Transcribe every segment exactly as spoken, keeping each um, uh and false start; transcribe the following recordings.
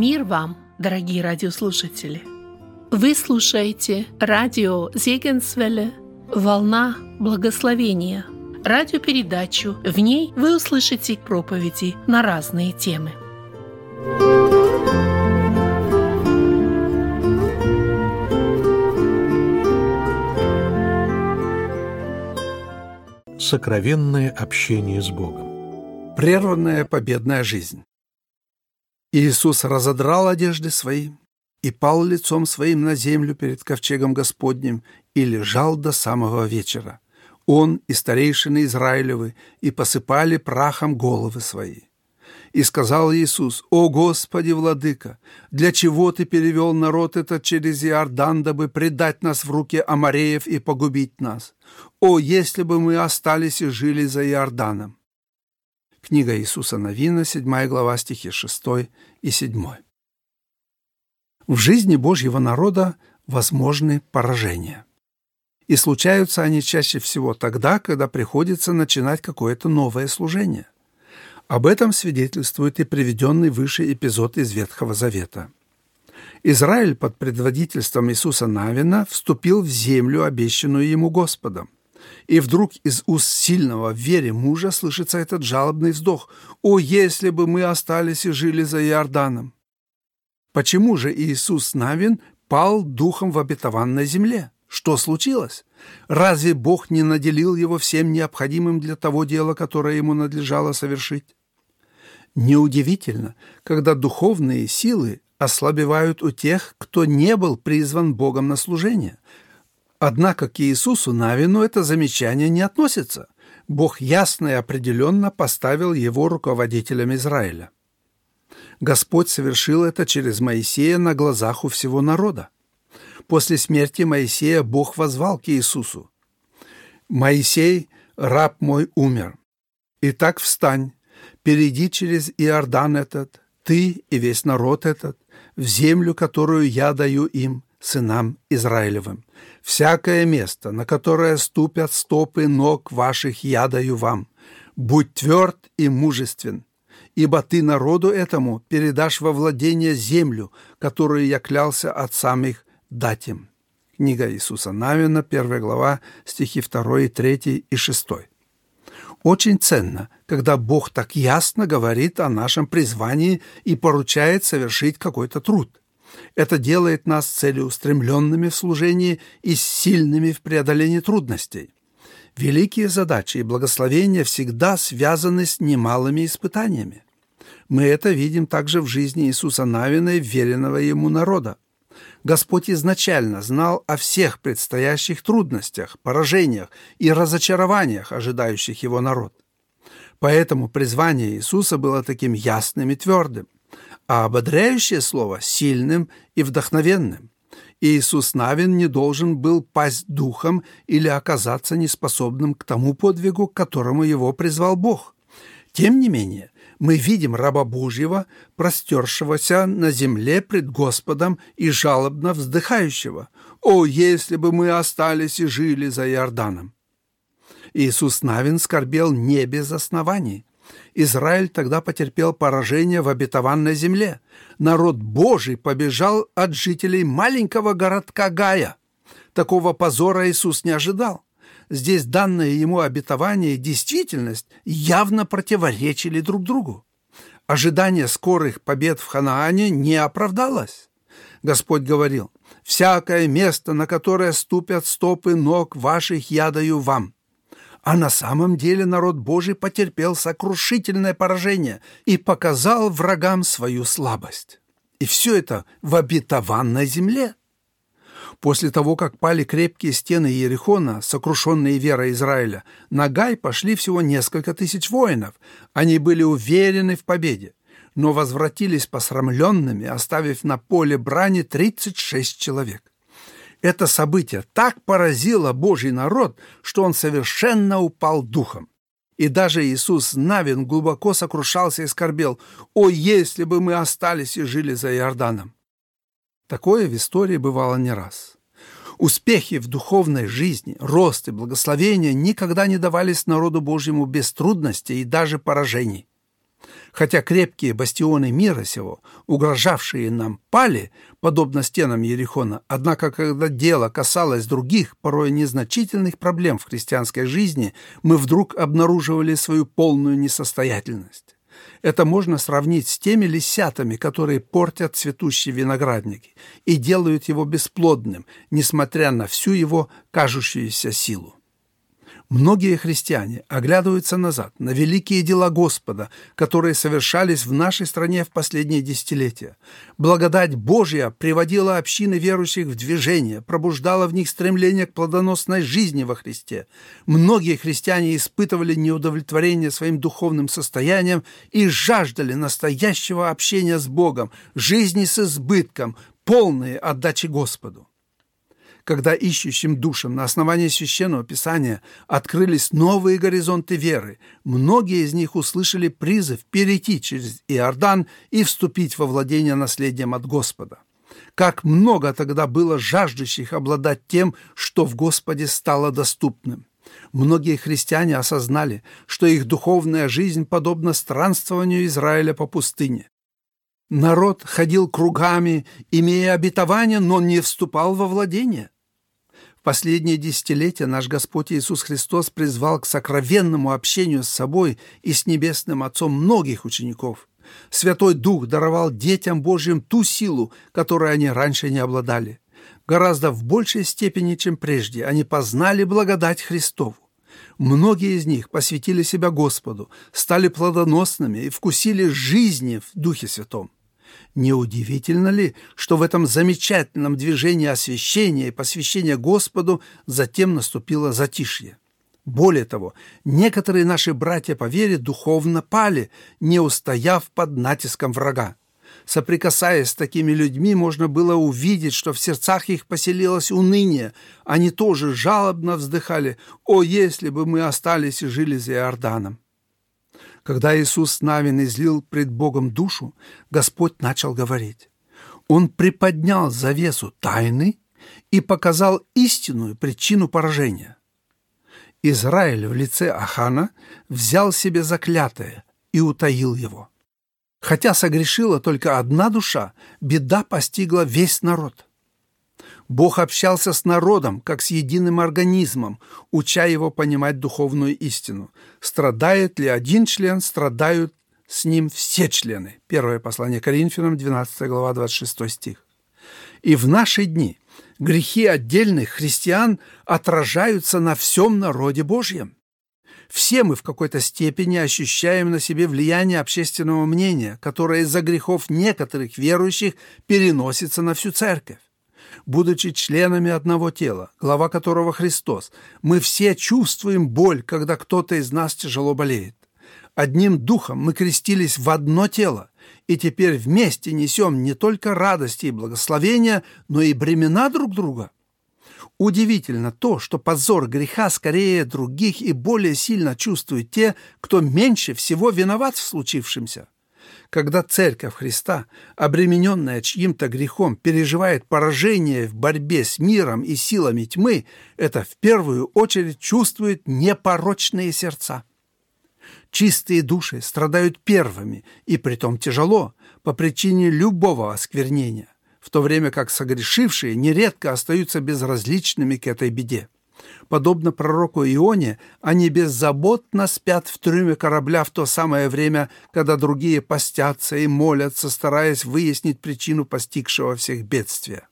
Мир вам, дорогие радиослушатели! Вы слушаете радио Зегенсвелле «Волна благословения», радиопередачу. В ней вы услышите проповеди на разные темы. Сокровенное общение с Богом. Прерванная победная жизнь. Иисус разодрал одежды свои и пал лицом своим на землю перед ковчегом Господним и лежал до самого вечера. Он и старейшины Израилевы и посыпали прахом головы свои. И сказал Иисус: «О Господи, Владыка, для чего Ты перевел народ этот через Иордан, дабы предать нас в руки амореев и погубить нас? О, если бы мы остались и жили за Иорданом!» Книга Иисуса Навина, седьмая глава, стихи шестой и седьмой. В жизни Божьего народа возможны поражения. И случаются они чаще всего тогда, когда приходится начинать какое-то новое служение. Об этом свидетельствует и приведенный выше эпизод из Ветхого Завета. Израиль под предводительством Иисуса Навина вступил в землю, обещанную ему Господом. И вдруг из уст сильного в вере мужа слышится этот жалобный вздох: «О, если бы мы остались и жили за Иорданом!» Почему же Иисус Навин пал духом в обетованной земле? Что случилось? Разве Бог не наделил его всем необходимым для того дела, которое ему надлежало совершить? Неудивительно, когда духовные силы ослабевают у тех, кто не был призван Богом на служение. Однако к Иисусу Навину это замечание не относится. Бог ясно и определенно поставил его руководителем Израиля. Господь совершил это через Моисея на глазах у всего народа. После смерти Моисея Бог воззвал к Иисусу: «Моисей, раб мой, умер. Итак, встань, перейди через Иордан этот, ты и весь народ этот, в землю, которую я даю им, сынам Израилевым. Всякое место, на которое ступят стопы ног ваших, я даю вам. Будь тверд и мужествен, ибо ты народу этому передашь во владение землю, которую я клялся отцам их дать им». Книга Иисуса Навина, первая глава, стихи второй, третий и шестой. Очень ценно, когда Бог так ясно говорит о нашем призвании и поручает совершить какой-то труд. Это делает нас целеустремленными в служении и сильными в преодолении трудностей. Великие задачи и благословения всегда связаны с немалыми испытаниями. Мы это видим также в жизни Иисуса Навина и веренного ему народа. Господь изначально знал о всех предстоящих трудностях, поражениях и разочарованиях, ожидающих его народ. Поэтому призвание Иисуса было таким ясным и твердым, а ободряющее слово – сильным и вдохновенным. Иисус Навин не должен был пасть духом или оказаться неспособным к тому подвигу, к которому его призвал Бог. Тем не менее, мы видим раба Божьего, простершегося на земле пред Господом и жалобно вздыхающего: «О, если бы мы остались и жили за Иорданом!» Иисус Навин скорбел не без оснований. Израиль тогда потерпел поражение в обетованной земле. Народ Божий побежал от жителей маленького городка Гая. Такого позора Иисус не ожидал. Здесь данное ему обетование и действительность явно противоречили друг другу. Ожидание скорых побед в Ханаане не оправдалось. Господь говорил: «Всякое место, на которое ступят стопы ног ваших, я даю вам». А на самом деле народ Божий потерпел сокрушительное поражение и показал врагам свою слабость. И все это в обетованной земле. После того, как пали крепкие стены Иерихона, сокрушенные верой Израиля, на Гай пошли всего несколько тысяч воинов. Они были уверены в победе, но возвратились посрамленными, оставив на поле брани тридцать шесть человек. Это событие так поразило Божий народ, что он совершенно упал духом. И даже Иисус Навин глубоко сокрушался и скорбел: «О, если бы мы остались и жили за Иорданом!» Такое в истории бывало не раз. Успехи в духовной жизни, рост и благословения никогда не давались народу Божьему без трудностей и даже поражений. Хотя крепкие бастионы мира сего, угрожавшие нам, пали, подобно стенам Иерихона, однако, когда дело касалось других, порой незначительных проблем в христианской жизни, мы вдруг обнаруживали свою полную несостоятельность. Это можно сравнить с теми лисятами, которые портят цветущий виноградник и делают его бесплодным, несмотря на всю его кажущуюся силу. Многие христиане оглядываются назад на великие дела Господа, которые совершались в нашей стране в последние десятилетия. Благодать Божья приводила общины верующих в движение, пробуждала в них стремление к плодоносной жизни во Христе. Многие христиане испытывали неудовлетворение своим духовным состоянием и жаждали настоящего общения с Богом, жизни с избытком, полной отдачи Господу. Когда ищущим душам на основании Священного Писания открылись новые горизонты веры, многие из них услышали призыв перейти через Иордан и вступить во владение наследием от Господа. Как много тогда было жаждущих обладать тем, что в Господе стало доступным. Многие христиане осознали, что их духовная жизнь подобна странствованию Израиля по пустыне. Народ ходил кругами, имея обетование, но не вступал во владение. В последние десятилетия наш Господь Иисус Христос призвал к сокровенному общению с собой и с Небесным Отцом многих учеников. Святой Дух даровал детям Божьим ту силу, которой они раньше не обладали. Гораздо в большей степени, чем прежде, они познали благодать Христову. Многие из них посвятили себя Господу, стали плодоносными и вкусили жизни в Духе Святом. Неудивительно ли, что в этом замечательном движении освящения и посвящения Господу затем наступило затишье? Более того, некоторые наши братья по вере духовно пали, не устояв под натиском врага. Соприкасаясь с такими людьми, можно было увидеть, что в сердцах их поселилось уныние. Они тоже жалобно вздыхали: «О, если бы мы остались и жили за Иорданом!» Когда Иисус Навин излил пред Богом душу, Господь начал говорить. Он приподнял завесу тайны и показал истинную причину поражения. Израиль в лице Ахана взял себе заклятое и утаил его. Хотя согрешила только одна душа, беда постигла весь народ. Бог общался с народом, как с единым организмом, уча его понимать духовную истину. Страдает ли один член, страдают с ним все члены. Первое послание Коринфянам, двенадцатая глава, двадцать шестой стих. И в наши дни грехи отдельных христиан отражаются на всем народе Божьем. Все мы в какой-то степени ощущаем на себе влияние общественного мнения, которое из-за грехов некоторых верующих переносится на всю церковь. Будучи членами одного тела, глава которого Христос, мы все чувствуем боль, когда кто-то из нас тяжело болеет. Одним духом мы крестились в одно тело, и теперь вместе несем не только радости и благословения, но и бремена друг друга. Удивительно то, что позор греха скорее других и более сильно чувствуют те, кто меньше всего виноват в случившемся. Когда Церковь Христа, обремененная чьим-то грехом, переживает поражение в борьбе с миром и силами тьмы, это в первую очередь чувствуют непорочные сердца. Чистые души страдают первыми, и притом тяжело, по причине любого осквернения, в то время как согрешившие нередко остаются безразличными к этой беде. Подобно пророку Ионе, они беззаботно спят в трюме корабля в то самое время, когда другие постятся и молятся, стараясь выяснить причину постигшего всех бедствия.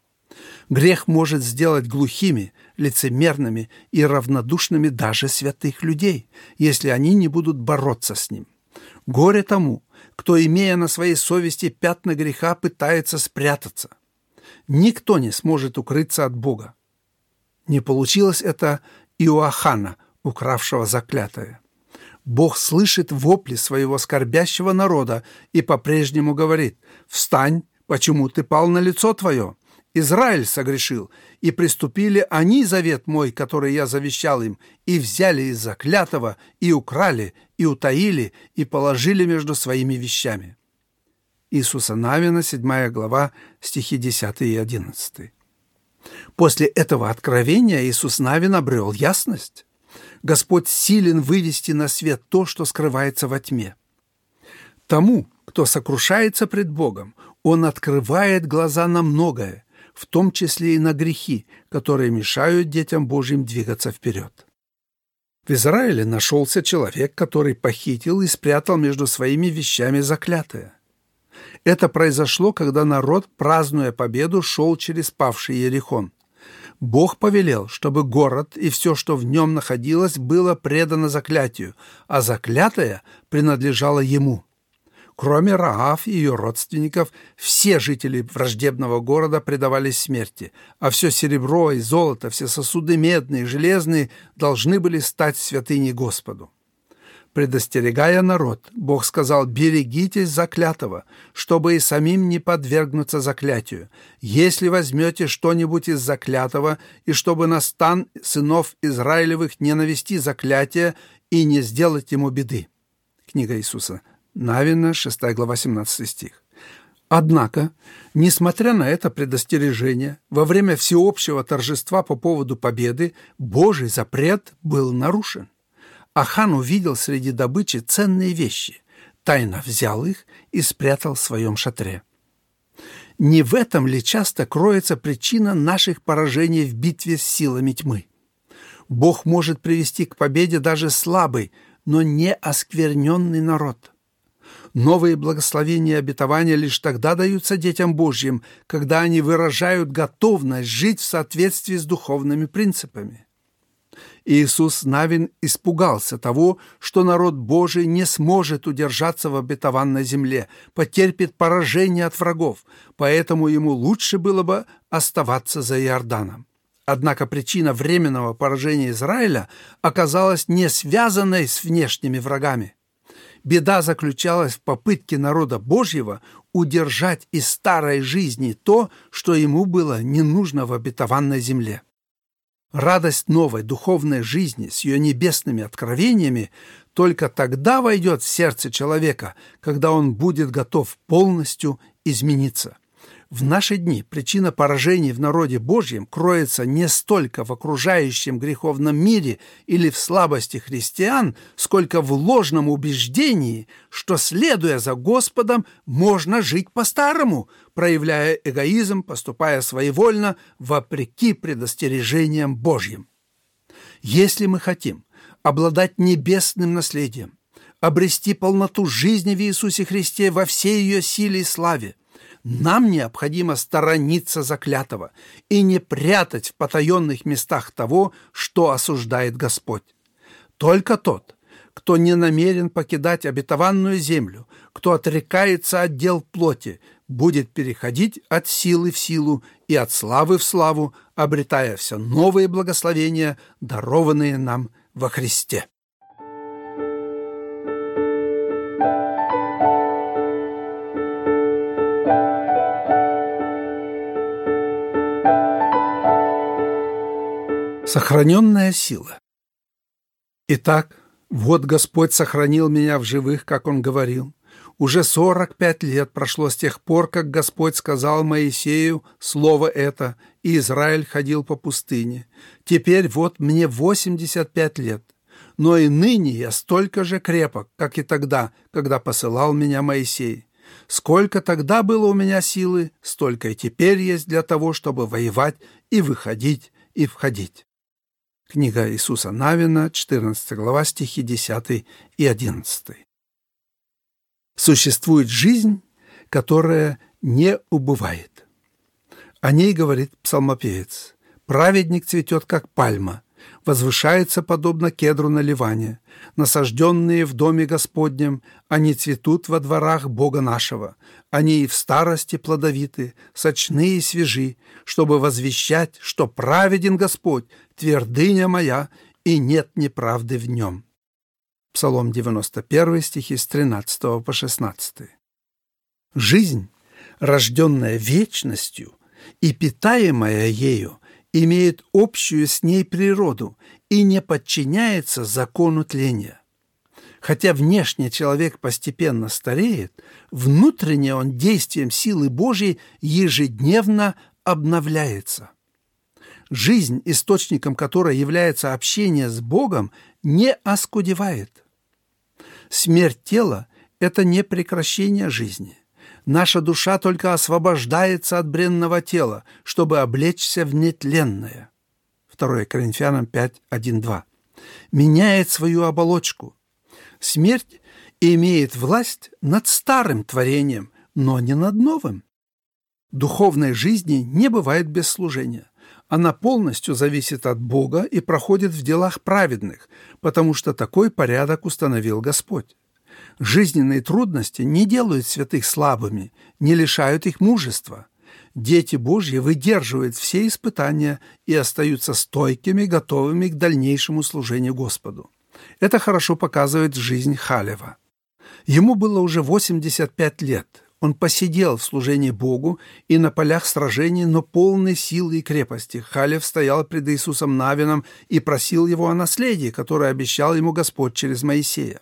Грех может сделать глухими, лицемерными и равнодушными даже святых людей, если они не будут бороться с ним. Горе тому, кто, имея на своей совести пятна греха, пытается спрятаться. Никто не сможет укрыться от Бога. Не получилось это и у Ахана, укравшего заклятое. Бог слышит вопли своего скорбящего народа и по-прежнему говорит: «Встань, почему ты пал на лицо твое? Израиль согрешил, и приступили они завет мой, который я завещал им, и взяли из заклятого, и украли, и утаили, и положили между своими вещами». Иисуса Навина, седьмая глава, стихи десятый и одиннадцатый. После этого откровения Иисус Навин обрел ясность. Господь силен вывести на свет то, что скрывается во тьме. Тому, кто сокрушается пред Богом, Он открывает глаза на многое, в том числе и на грехи, которые мешают детям Божьим двигаться вперед. В Израиле нашелся человек, который похитил и спрятал между своими вещами заклятое. Это произошло, когда народ, празднуя победу, шел через павший Иерихон. Бог повелел, чтобы город и все, что в нем находилось, было предано заклятию, а заклятое принадлежало ему. Кроме Раав и ее родственников, все жители враждебного города предавались смерти, а все серебро и золото, все сосуды медные и железные должны были стать святыней Господу. Предостерегая народ, Бог сказал: «Берегитесь заклятого, чтобы и самим не подвергнуться заклятию. Если возьмете что-нибудь из заклятого, и чтобы на стан сынов Израилевых не навести заклятие и не сделать ему беды». Книга Иисуса Навина, шестая глава, семнадцатый стих. Однако, несмотря на это предостережение, во время всеобщего торжества по поводу победы Божий запрет был нарушен. Ахан увидел среди добычи ценные вещи, тайно взял их и спрятал в своем шатре. Не в этом ли часто кроется причина наших поражений в битве с силами тьмы? Бог может привести к победе даже слабый, но не оскверненный народ. Новые благословения и обетования лишь тогда даются детям Божьим, когда они выражают готовность жить в соответствии с духовными принципами. Иисус Навин испугался того, что народ Божий не сможет удержаться в обетованной земле, потерпит поражение от врагов, поэтому ему лучше было бы оставаться за Иорданом. Однако причина временного поражения Израиля оказалась не связанной с внешними врагами. Беда заключалась в попытке народа Божьего удержать из старой жизни то, что ему было не нужно в обетованной земле. Радость новой духовной жизни с ее небесными откровениями только тогда войдет в сердце человека, когда он будет готов полностью измениться. В наши дни причина поражений в народе Божьем кроется не столько в окружающем греховном мире или в слабости христиан, сколько в ложном убеждении, что, следуя за Господом, можно жить по-старому, проявляя эгоизм, поступая своевольно, вопреки предостережениям Божьим. Если мы хотим обладать небесным наследием, обрести полноту жизни в Иисусе Христе во всей ее силе и славе, нам необходимо сторониться заклятого и не прятать в потаенных местах того, что осуждает Господь. Только тот, кто не намерен покидать обетованную землю, кто отрекается от дел плоти, будет переходить от силы в силу и от славы в славу, обретая все новые благословения, дарованные нам во Христе. Сохраненная сила. Итак, вот Господь сохранил меня в живых, как Он говорил. Уже сорок пять лет прошло с тех пор, как Господь сказал Моисею слово это, и Израиль ходил по пустыне. Теперь вот мне восемьдесят пять лет, но и ныне я столько же крепок, как и тогда, когда посылал меня Моисей. Сколько тогда было у меня силы, столько и теперь есть для того, чтобы воевать и выходить и входить. Книга Иисуса Навина, четырнадцатая глава, стихи десятый и одиннадцатый. Существует жизнь, которая не убывает. О ней говорит псалмопевец: «Праведник цветет, как пальма, возвышается, подобно кедру на Ливане. Насажденные в доме Господнем, они цветут во дворах Бога нашего. Они и в старости плодовиты, сочны и свежи, чтобы возвещать, что праведен Господь, твердыня моя, и нет неправды в нем». Псалом девяносто один, стихи с тринадцатого по шестнадцатый. Жизнь, рожденная вечностью и питаемая ею, имеет общую с ней природу и не подчиняется закону тления. Хотя внешне человек постепенно стареет, внутренне он действием силы Божьей ежедневно обновляется. Жизнь, источником которой является общение с Богом, не оскудевает. Смерть тела – это не прекращение жизни. Наша душа только освобождается от бренного тела, чтобы облечься в нетленное. второе Коринфянам пять, один, два. Меняет свою оболочку. Смерть имеет власть над старым творением, но не над новым. Духовной жизни не бывает без служения. Она полностью зависит от Бога и проходит в делах праведных, потому что такой порядок установил Господь. Жизненные трудности не делают святых слабыми, не лишают их мужества. Дети Божьи выдерживают все испытания и остаются стойкими, готовыми к дальнейшему служению Господу. Это хорошо показывает жизнь Халева. Ему было уже восемьдесят пять лет. Он посидел в служении Богу и на полях сражений, но полной силы и крепости. Халев стоял пред Иисусом Навином и просил его о наследии, которое обещал ему Господь через Моисея.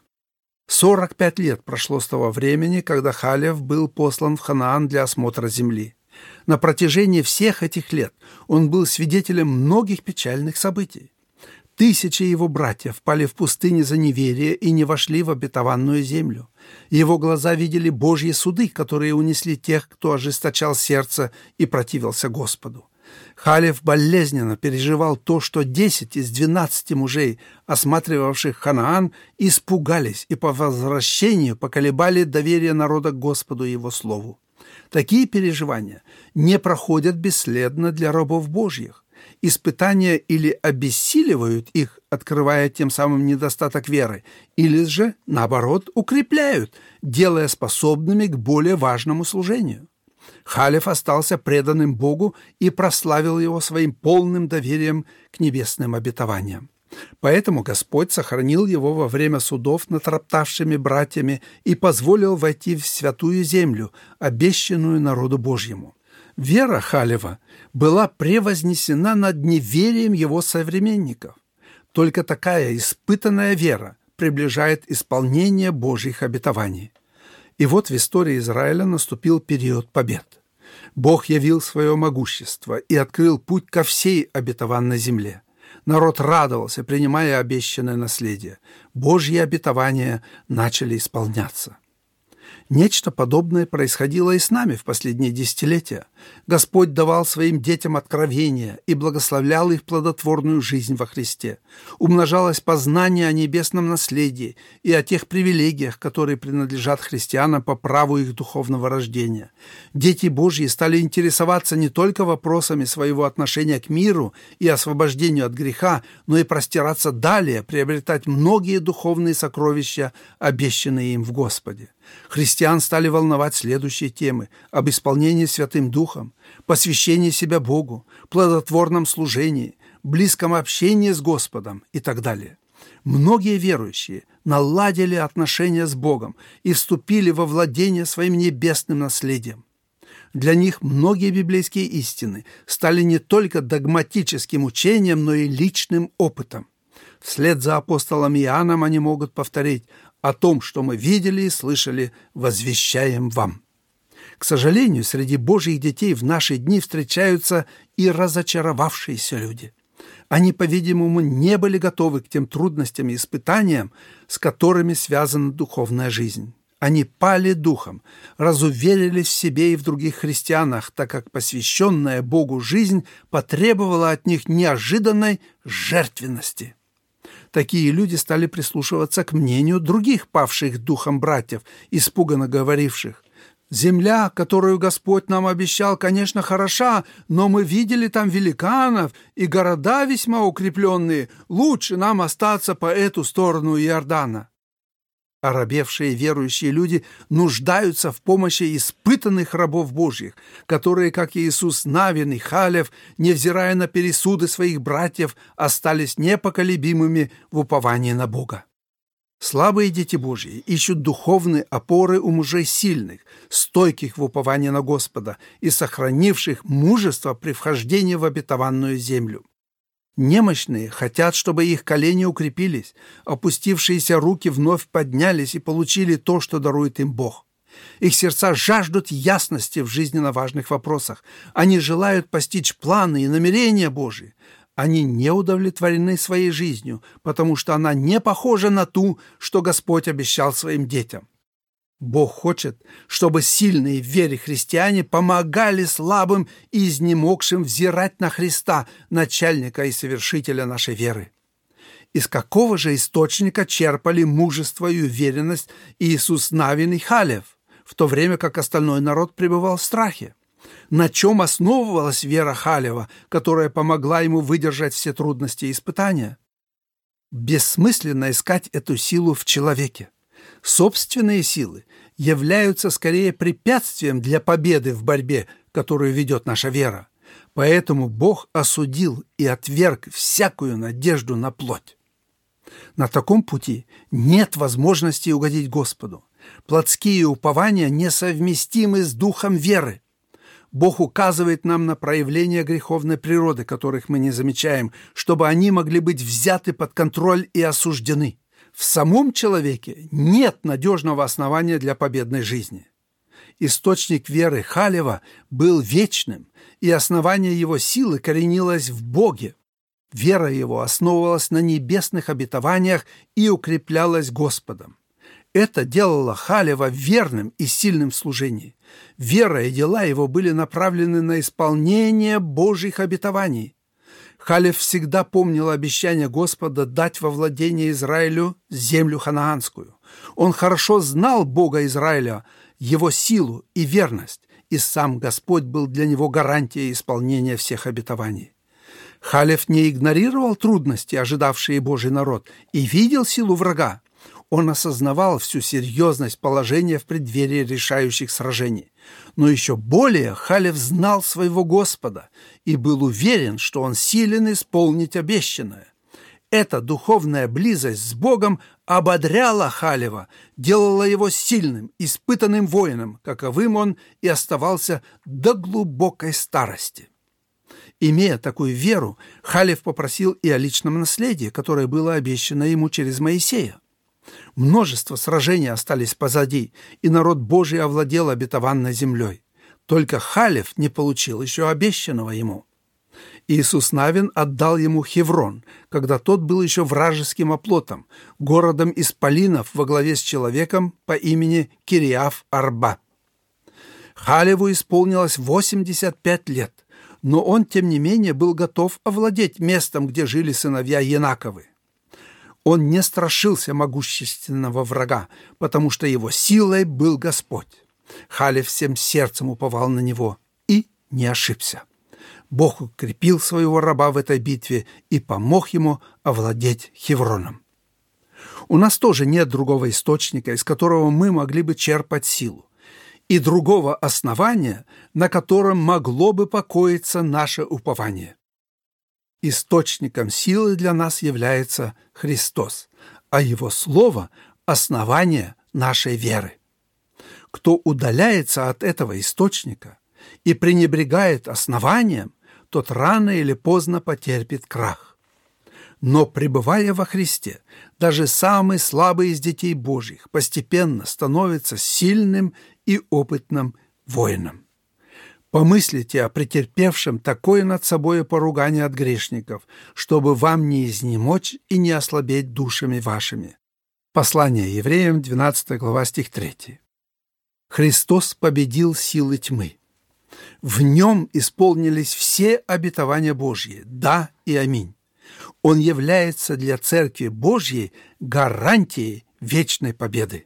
Сорок пять лет прошло с того времени, когда Халев был послан в Ханаан для осмотра земли. На протяжении всех этих лет он был свидетелем многих печальных событий. Тысячи его братьев пали в пустыне за неверие и не вошли в обетованную землю. Его глаза видели Божьи суды, которые унесли тех, кто ожесточал сердце и противился Господу. Халев болезненно переживал то, что десять из двенадцати мужей, осматривавших Ханаан, испугались и по возвращению поколебали доверие народа к Господу и Его Слову. Такие переживания не проходят бесследно для рабов Божьих. Испытания или обессиливают их, открывая тем самым недостаток веры, или же, наоборот, укрепляют, делая способными к более важному служению. Халев остался преданным Богу и прославил его своим полным доверием к небесным обетованиям. Поэтому Господь сохранил его во время судов над роптавшими братьями и позволил войти в святую землю, обещанную народу Божьему. Вера Халева была превознесена над неверием его современников. Только такая испытанная вера приближает исполнение Божьих обетований. И вот в истории Израиля наступил период побед. Бог явил свое могущество и открыл путь ко всей обетованной земле. Народ радовался, принимая обещанное наследие. Божьи обетования начали исполняться. Нечто подобное происходило и с нами в последние десятилетия. Господь давал своим детям откровения и благословлял их плодотворную жизнь во Христе. Умножалось познание о небесном наследии и о тех привилегиях, которые принадлежат христианам по праву их духовного рождения. Дети Божьи стали интересоваться не только вопросами своего отношения к миру и освобождению от греха, но и простираться далее, приобретать многие духовные сокровища, обещанные им в Господе. Христиан стали волновать следующие темы: об исполнении Святым Духом, посвящении себя Богу, плодотворном служении, близком общении с Господом и так далее. Многие верующие наладили отношения с Богом и вступили во владение своим небесным наследием. Для них многие библейские истины стали не только догматическим учением, но и личным опытом. Вслед за апостолом Иоанном они могут повторить: «О том, что мы видели и слышали, возвещаем вам». К сожалению, среди Божьих детей в наши дни встречаются и разочаровавшиеся люди. Они, по-видимому, не были готовы к тем трудностям и испытаниям, с которыми связана духовная жизнь. Они пали духом, разуверились в себе и в других христианах, так как посвященная Богу жизнь потребовала от них неожиданной жертвенности. Такие люди стали прислушиваться к мнению других павших духом братьев, испуганно говоривших: «Земля, которую Господь нам обещал, конечно, хороша, но мы видели там великанов и города весьма укрепленные. Лучше нам остаться по эту сторону Иордана». Оробевшие верующие люди нуждаются в помощи испытанных рабов Божьих, которые, как Иисус Навин и Халев, невзирая на пересуды своих братьев, остались непоколебимыми в уповании на Бога. Слабые дети Божьи ищут духовные опоры у мужей сильных, стойких в уповании на Господа и сохранивших мужество при вхождении в обетованную землю. Немощные хотят, чтобы их колени укрепились, опустившиеся руки вновь поднялись и получили то, что дарует им Бог. Их сердца жаждут ясности в жизненно важных вопросах. Они желают постичь планы и намерения Божьи. Они не удовлетворены своей жизнью, потому что она не похожа на ту, что Господь обещал своим детям. Бог хочет, чтобы сильные в вере христиане помогали слабым и изнемогшим взирать на Христа, начальника и совершителя нашей веры. Из какого же источника черпали мужество и уверенность Иисус Навин и Халев, в то время как остальной народ пребывал в страхе? На чем основывалась вера Халева, которая помогла ему выдержать все трудности и испытания? Бессмысленно искать эту силу в человеке. Собственные силы являются скорее препятствием для победы в борьбе, которую ведет наша вера. Поэтому Бог осудил и отверг всякую надежду на плоть. На таком пути нет возможности угодить Господу. Плотские упования несовместимы с духом веры. Бог указывает нам на проявления греховной природы, которых мы не замечаем, чтобы они могли быть взяты под контроль и осуждены. В самом человеке нет надежного основания для победной жизни. Источник веры Халева был вечным, и основание его силы коренилось в Боге. Вера его основывалась на небесных обетованиях и укреплялась Господом. Это делало Халева верным и сильным в служении. Вера и дела его были направлены на исполнение Божьих обетований. Халев всегда помнил обещание Господа дать во владение Израилю землю ханаанскую. Он хорошо знал Бога Израиля, его силу и верность, и сам Господь был для него гарантией исполнения всех обетований. Халев не игнорировал трудности, ожидавшие Божий народ, и видел силу врага. Он осознавал всю серьезность положения в преддверии решающих сражений. Но еще более Халев знал своего Господа и был уверен, что он силен исполнить обещанное. Эта духовная близость с Богом ободряла Халева, делала его сильным, испытанным воином, каковым он и оставался до глубокой старости. Имея такую веру, Халев попросил и о личном наследии, которое было обещано ему через Моисея. Множество сражений остались позади, и народ Божий овладел обетованной землей. Только Халев не получил еще обещанного ему. Иисус Навин отдал ему Хеврон, когда тот был еще вражеским оплотом, городом исполинов во главе с человеком по имени Кириаф-Арба. Халеву исполнилось восемьдесят пять лет, но он, тем не менее, был готов овладеть местом, где жили сыновья Янаковы. Он не страшился могущественного врага, потому что его силой был Господь. Халев всем сердцем уповал на него и не ошибся. Бог укрепил своего раба в этой битве и помог ему овладеть Хевроном. У нас тоже нет другого источника, из которого мы могли бы черпать силу, и другого основания, на котором могло бы покоиться наше упование. Источником силы для нас является Христос, а Его Слово – основание нашей веры. Кто удаляется от этого источника и пренебрегает основанием, тот рано или поздно потерпит крах. Но, пребывая во Христе, даже самый слабый из детей Божьих постепенно становится сильным и опытным воином. Помыслите о претерпевшем такое над собой поругание от грешников, чтобы вам не изнемочь и не ослабеть душами вашими. Послание евреям, двенадцатая глава, стих третий. Христос победил силы тьмы. В нем исполнились все обетования Божьи, да и аминь. Он является для Церкви Божьей гарантией вечной победы.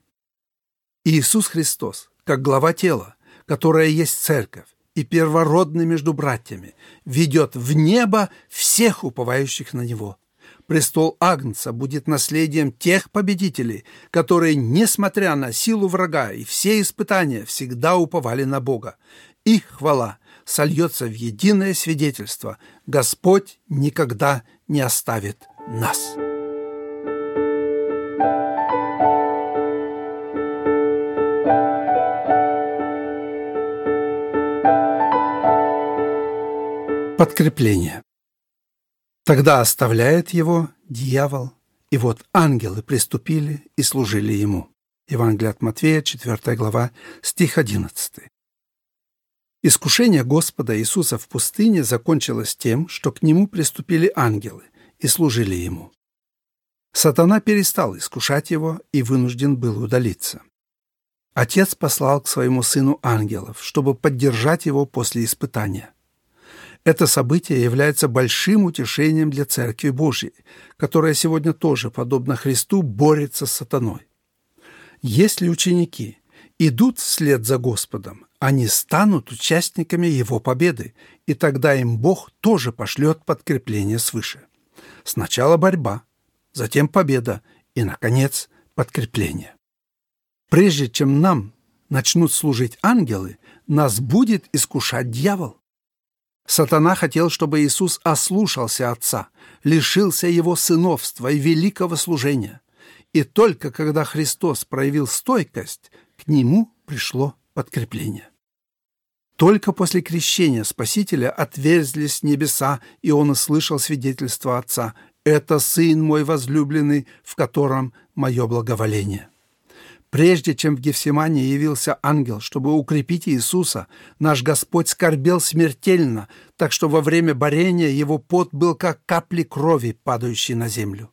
Иисус Христос, как глава тела, которая есть Церковь, и первородный между братьями, ведет в небо всех уповающих на Него. Престол Агнца будет наследием тех победителей, которые, несмотря на силу врага и все испытания, всегда уповали на Бога. Их хвала сольется в единое свидетельство: Господь никогда не оставит нас. Подкрепление. Тогда оставляет его дьявол, и вот ангелы приступили и служили ему. Евангелие от Матфея, четвёртая глава, стих одиннадцатый. Искушение Господа Иисуса в пустыне закончилось тем, что к нему приступили ангелы и служили ему. Сатана перестал искушать его и вынужден был удалиться. Отец послал к своему сыну ангелов, чтобы поддержать его после испытания. Это событие является большим утешением для Церкви Божьей, которая сегодня тоже, подобно Христу, борется с сатаной. Если ученики идут вслед за Господом, они станут участниками Его победы, и тогда им Бог тоже пошлет подкрепление свыше. Сначала борьба, затем победа и, наконец, подкрепление. Прежде чем нам начнут служить ангелы, нас будет искушать дьявол. Сатана хотел, чтобы Иисус ослушался Отца, лишился Его сыновства и великого служения. И только когда Христос проявил стойкость, к Нему пришло подкрепление. Только после крещения Спасителя отверзлись небеса, и Он услышал свидетельство Отца: «Это Сын мой возлюбленный, в котором мое благоволение». Прежде чем в Гефсимании явился ангел, чтобы укрепить Иисуса, наш Господь скорбел смертельно, так что во время борения его пот был как капли крови, падающие на землю.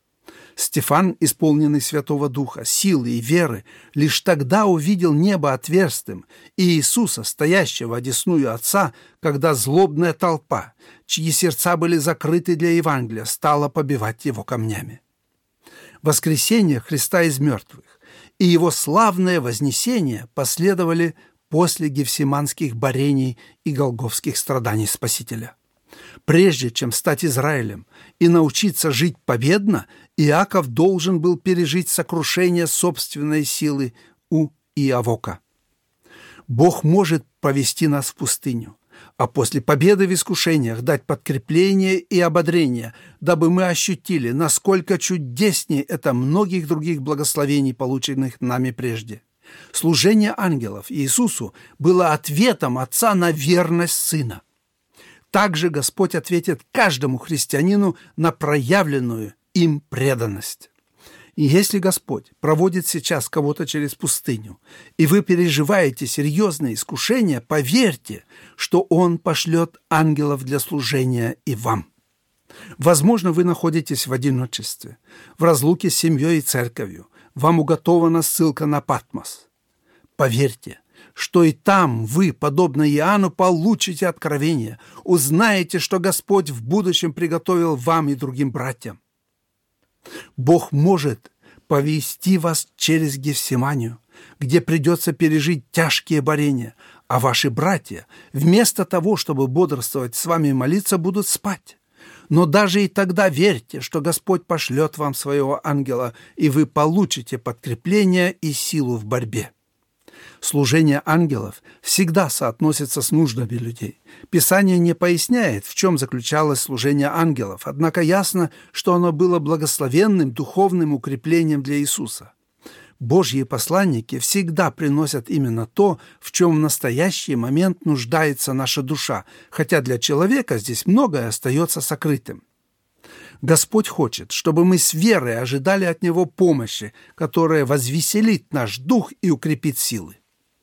Стефан, исполненный Святого Духа, силы и веры, лишь тогда увидел небо отверстым и Иисуса, стоящего одесную Отца, когда злобная толпа, чьи сердца были закрыты для Евангелия, стала побивать его камнями. Воскресение Христа из мертвых и его славное вознесение последовали после гефсиманских борений и голгофских страданий Спасителя. Прежде чем стать Израилем и научиться жить победно, Иаков должен был пережить сокрушение собственной силы у Иавока. Бог может повести нас в пустыню, а после победы в искушениях дать подкрепление и ободрение, дабы мы ощутили, насколько чудеснее это многих других благословений, полученных нами прежде. Служение ангелов Иисусу было ответом Отца на верность Сына. Также Господь ответит каждому христианину на проявленную им преданность. И если Господь проводит сейчас кого-то через пустыню, и вы переживаете серьезные искушения, поверьте, что Он пошлет ангелов для служения и вам. Возможно, вы находитесь в одиночестве, в разлуке с семьей и церковью, вам уготована ссылка на Патмос. Поверьте, что и там вы, подобно Иоанну, получите откровение, узнаете, что Господь в будущем приготовил вам и другим братьям. Бог может повести вас через Гефсиманию, где придется пережить тяжкие борения, а ваши братья, вместо того, чтобы бодрствовать с вами и молиться, будут спать. Но даже и тогда верьте, что Господь пошлет вам своего ангела, и вы получите подкрепление и силу в борьбе. Служение ангелов всегда соотносится с нуждами людей. Писание не поясняет, в чем заключалось служение ангелов, однако ясно, что оно было благословенным духовным укреплением для Иисуса. Божьи посланники всегда приносят именно то, в чем в настоящий момент нуждается наша душа, хотя для человека здесь многое остается сокрытым. Господь хочет, чтобы мы с верой ожидали от Него помощи, которая возвеселит наш дух и укрепит силы.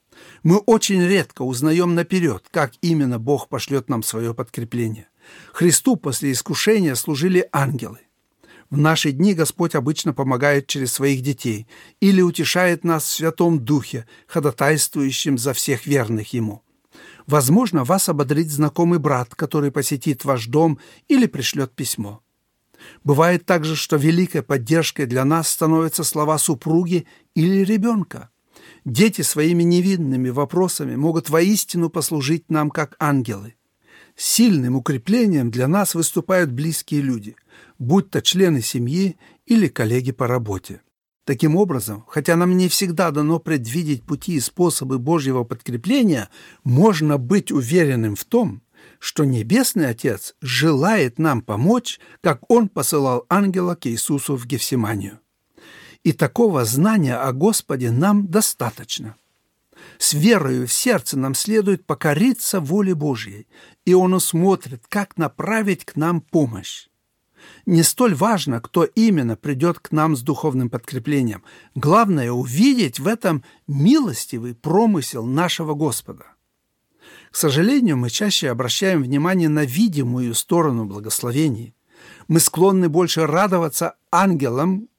Мы очень редко узнаем наперед, как именно Бог пошлет нам свое подкрепление. Христу после искушения служили ангелы. В наши дни Господь обычно помогает через своих детей или утешает нас в Святом Духе, ходатайствующим за всех верных Ему. Возможно, вас ободрит знакомый брат, который посетит ваш дом или пришлет письмо. Бывает также, что великой поддержкой для нас становятся слова супруги или ребенка. Дети своими невинными вопросами могут воистину послужить нам как ангелы. Сильным укреплением для нас выступают близкие люди, будь то члены семьи или коллеги по работе. Таким образом, хотя нам не всегда дано предвидеть пути и способы Божьего подкрепления, можно быть уверенным в том, что Небесный Отец желает нам помочь, как Он посылал ангела к Иисусу в Гефсиманию. И такого знания о Господе нам достаточно. С верою в сердце нам следует покориться воле Божьей, и Он усмотрит, как направить к нам помощь. Не столь важно, кто именно придет к нам с духовным подкреплением. Главное — увидеть в этом милостивый промысел нашего Господа. К сожалению, мы чаще обращаем внимание на видимую сторону благословений. Мы склонны больше радоваться ангелам,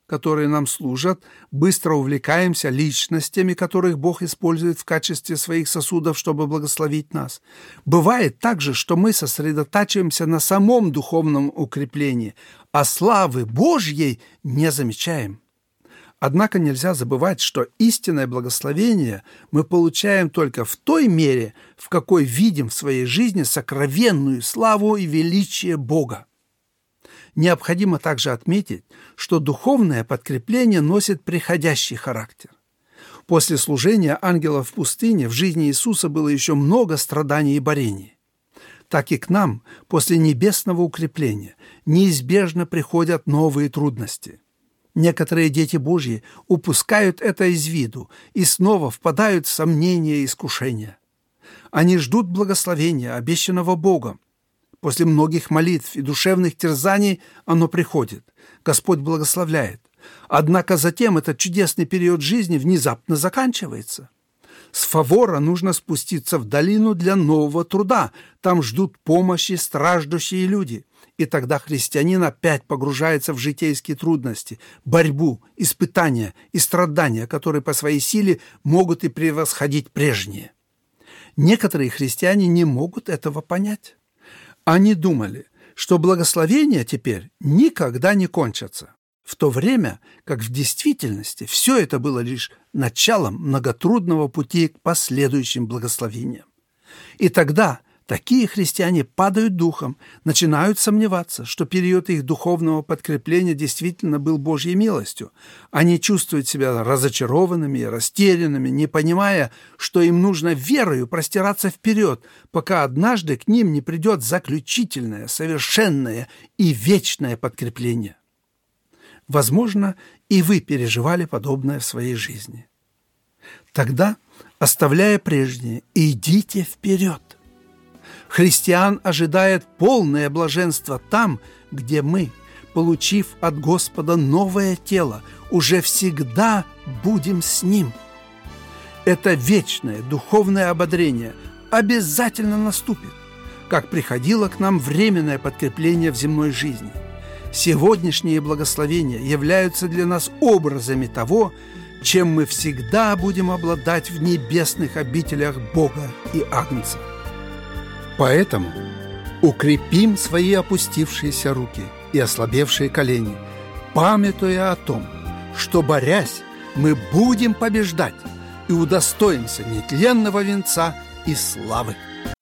которые нам служат, быстро увлекаемся личностями, которых Бог использует в качестве своих сосудов, чтобы благословить нас. Бывает также, что мы сосредотачиваемся на самом духовном укреплении, а славы Божьей не замечаем. Однако нельзя забывать, что истинное благословение мы получаем только в той мере, в какой видим в своей жизни сокровенную славу и величие Бога. Необходимо также отметить, что духовное подкрепление носит приходящий характер. После служения ангелов в пустыне в жизни Иисуса было еще много страданий и борений. Так и к нам после небесного укрепления неизбежно приходят новые трудности. Некоторые дети Божьи упускают это из виду и снова впадают в сомнения и искушения. Они ждут благословения, обещанного Богом. После многих молитв и душевных терзаний оно приходит. Господь благословляет. Однако затем этот чудесный период жизни внезапно заканчивается. С Фавора нужно спуститься в долину для нового труда. Там ждут помощи страждущие люди. И тогда христианин опять погружается в житейские трудности, борьбу, испытания и страдания, которые по своей силе могут и превосходить прежние. Некоторые христиане не могут этого понять. Они думали, что благословения теперь никогда не кончатся, в то время как в действительности все это было лишь началом многотрудного пути к последующим благословениям. И тогда такие христиане падают духом, начинают сомневаться, что период их духовного подкрепления действительно был Божьей милостью. Они чувствуют себя разочарованными и растерянными, не понимая, что им нужно верою простираться вперед, пока однажды к ним не придет заключительное, совершенное и вечное подкрепление. Возможно, и вы переживали подобное в своей жизни. Тогда, оставляя прежнее, идите вперед. Христиан ожидает полное блаженство там, где мы, получив от Господа новое тело, уже всегда будем с Ним. Это вечное духовное ободрение обязательно наступит, как приходило к нам временное подкрепление в земной жизни. Сегодняшние благословения являются для нас образами того, чем мы всегда будем обладать в небесных обителях Бога и Агнца. Поэтому укрепим свои опустившиеся руки и ослабевшие колени, памятуя о том, что, борясь, мы будем побеждать и удостоимся нетленного венца и славы.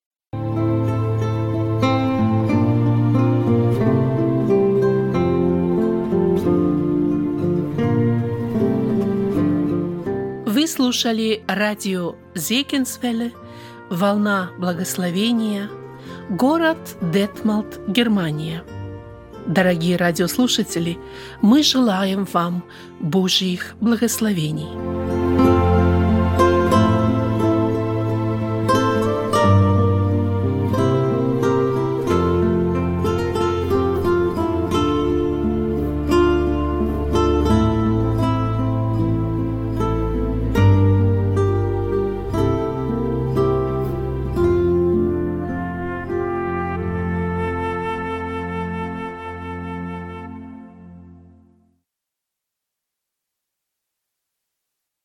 Вы слушали радио Зегенсвелле, «Волна благословения», город Детмалт, Германия. Дорогие радиослушатели, мы желаем вам Божьих благословений.